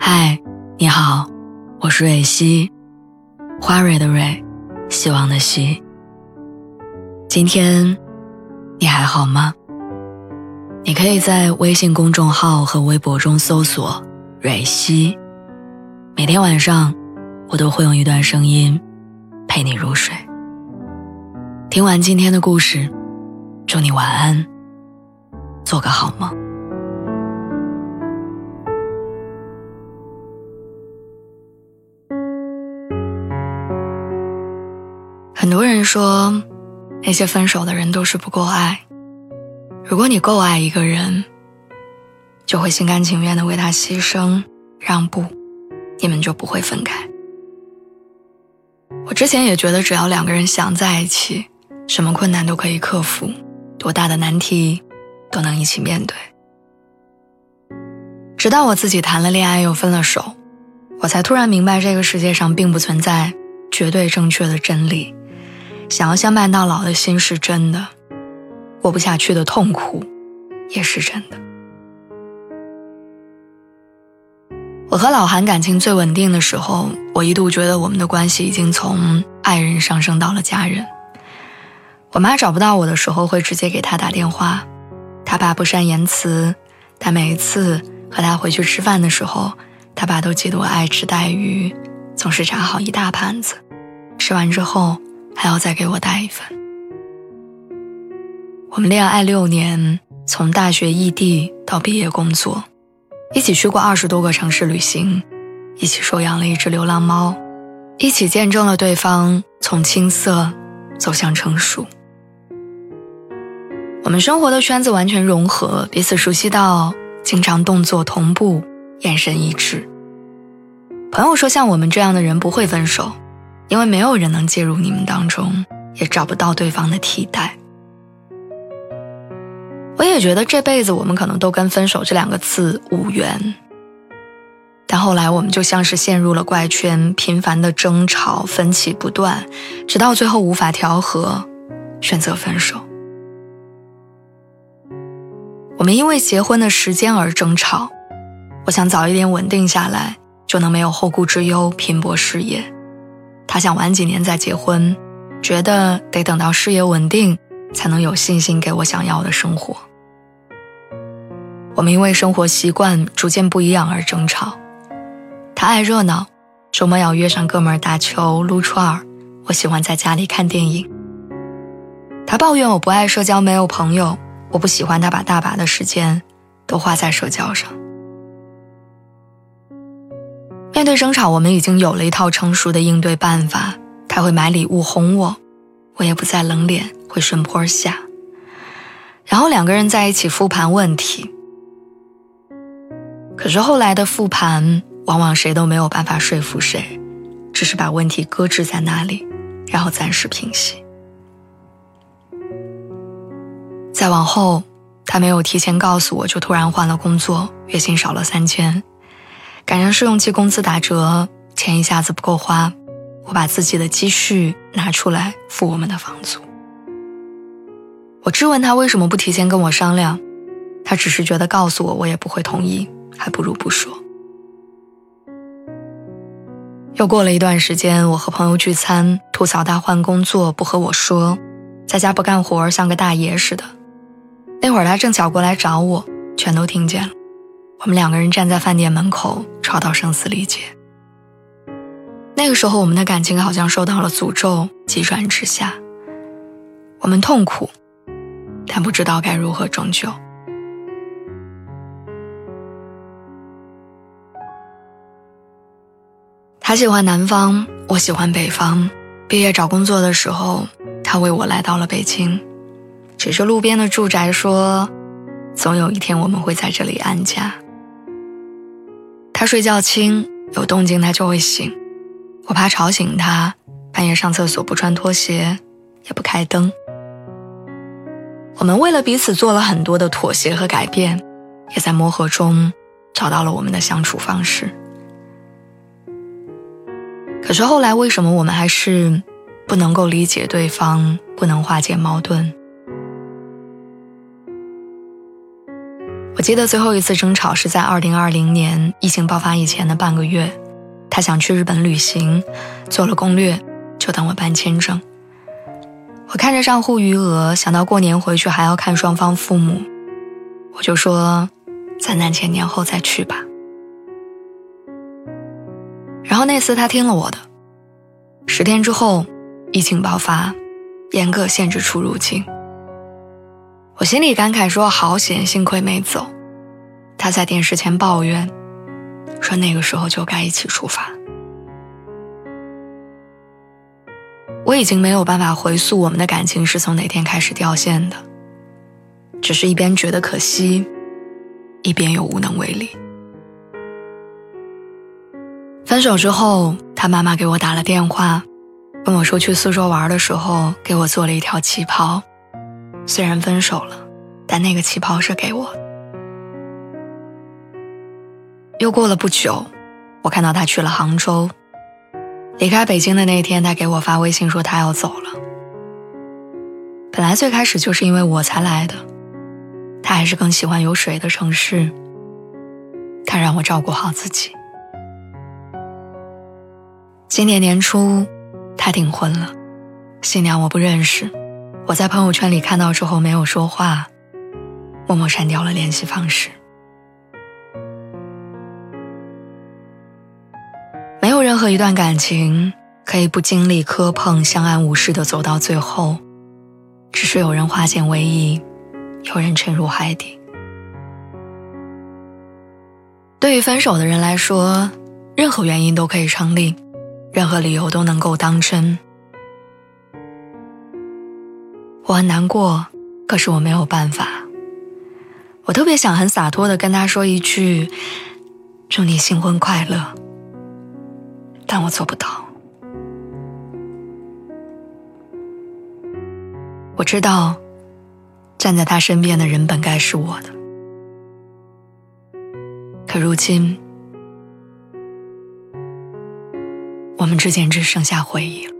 嗨，你好，我是蕊希，花蕊的蕊，希望的希。今天你还好吗？你可以在微信公众号和微博中搜索蕊希，每天晚上我都会用一段声音陪你入睡。听完今天的故事，祝你晚安，做个好梦。很多人说，那些分手的人都是不够爱。如果你够爱一个人，就会心甘情愿地为他牺牲让步，你们就不会分开。我之前也觉得只要两个人想在一起，什么困难都可以克服，多大的难题都能一起面对。直到我自己谈了恋爱又分了手，我才突然明白这个世界上并不存在绝对正确的真理。想要相伴到老的心是真的，过不下去的痛苦也是真的。我和老韩感情最稳定的时候，我一度觉得我们的关系已经从爱人上升到了家人。我妈找不到我的时候会直接给他打电话，他爸不善言辞，但每一次和他回去吃饭的时候，他爸都记得我爱吃带鱼，总是炸好一大盘子，吃完之后还要再给我带一份。我们恋爱6年，从大学异地到毕业工作，一起去过20多个城市旅行，一起收养了一只流浪猫，一起见证了对方从青涩走向成熟。我们生活的圈子完全融合，彼此熟悉到经常动作同步，眼神一致。朋友说像我们这样的人不会分手，因为没有人能介入你们当中，也找不到对方的替代。我也觉得这辈子我们可能都跟分手这2个字无缘，但后来我们就像是陷入了怪圈，频繁的争吵，分歧不断，直到最后无法调和，选择分手。我们因为结婚的时间而争吵，我想早一点稳定下来，就能没有后顾之忧，拼搏事业。他想晚几年再结婚，觉得得等到事业稳定，才能有信心给我想要的生活。我们因为生活习惯逐渐不一样而争吵。他爱热闹，周末要约上哥们儿打球撸串，我喜欢在家里看电影。他抱怨我不爱社交，没有朋友，我不喜欢他把大把的时间都花在社交上。面对争吵，我们已经有了一套成熟的应对办法。他会买礼物哄我，我也不再冷脸，会顺坡下。然后2个人在一起复盘问题。可是后来的复盘，往往谁都没有办法说服谁，只是把问题搁置在那里，然后暂时平息。再往后，他没有提前告诉我，就突然换了工作，月薪少了3000。赶上试用期工资打折，钱一下子不够花，我把自己的积蓄拿出来付我们的房租。我质问他为什么不提前跟我商量，他只是觉得告诉我我也不会同意，还不如不说。又过了一段时间，我和朋友聚餐，吐槽他换工作不和我说，在家不干活像个大爷似的。那会儿他正巧过来找我，全都听见了。我们2个人站在饭店门口，吵到声嘶力竭。那个时候我们的感情好像受到了诅咒，急转直下。我们痛苦，但不知道该如何拯救。他喜欢南方，我喜欢北方。毕业找工作的时候，他为我来到了北京，指着路边的住宅说，总有一天我们会在这里安家。他睡觉轻，有动静他就会醒，我怕吵醒他，半夜上厕所不穿拖鞋，也不开灯。我们为了彼此做了很多的妥协和改变，也在磨合中找到了我们的相处方式。可是后来为什么我们还是不能够理解对方，不能化解矛盾？ 我记得最后一次争吵是在2020年疫情爆发以前的半个月，他想去日本旅行，做了攻略，就等我办签证。我看着账户余额，想到过年回去还要看双方父母，我就说咱暂且年后再去吧。然后那次他听了我的，10天之后疫情爆发，严格限制出入境。我心里感慨说好险，幸亏没走。他在电视前抱怨说那个时候就该一起出发。我已经没有办法回溯我们的感情是从哪天开始掉线的，只是一边觉得可惜，一边又无能为力。分手之后，他妈妈给我打了电话，跟我说去苏州玩的时候给我做了一条旗袍，虽然分手了，但那个旗袍是给我的。又过了不久，我看到他去了杭州。离开北京的那天，他给我发微信说他要走了。本来最开始就是因为我才来的，他还是更喜欢有水的城市，他让我照顾好自己。今年年初他订婚了，新娘我不认识，我在朋友圈里看到之后没有说话，默默删掉了联系方式。没有任何一段感情可以不经历磕碰，相安无事的走到最后，只是有人化险为夷，有人沉入海底。对于分手的人来说，任何原因都可以成立，任何理由都能够当真。我很难过，可是我没有办法。我特别想很洒脱地跟他说一句祝你新婚快乐，但我做不到。我知道站在他身边的人本该是我的，可如今我们之间只剩下回忆了。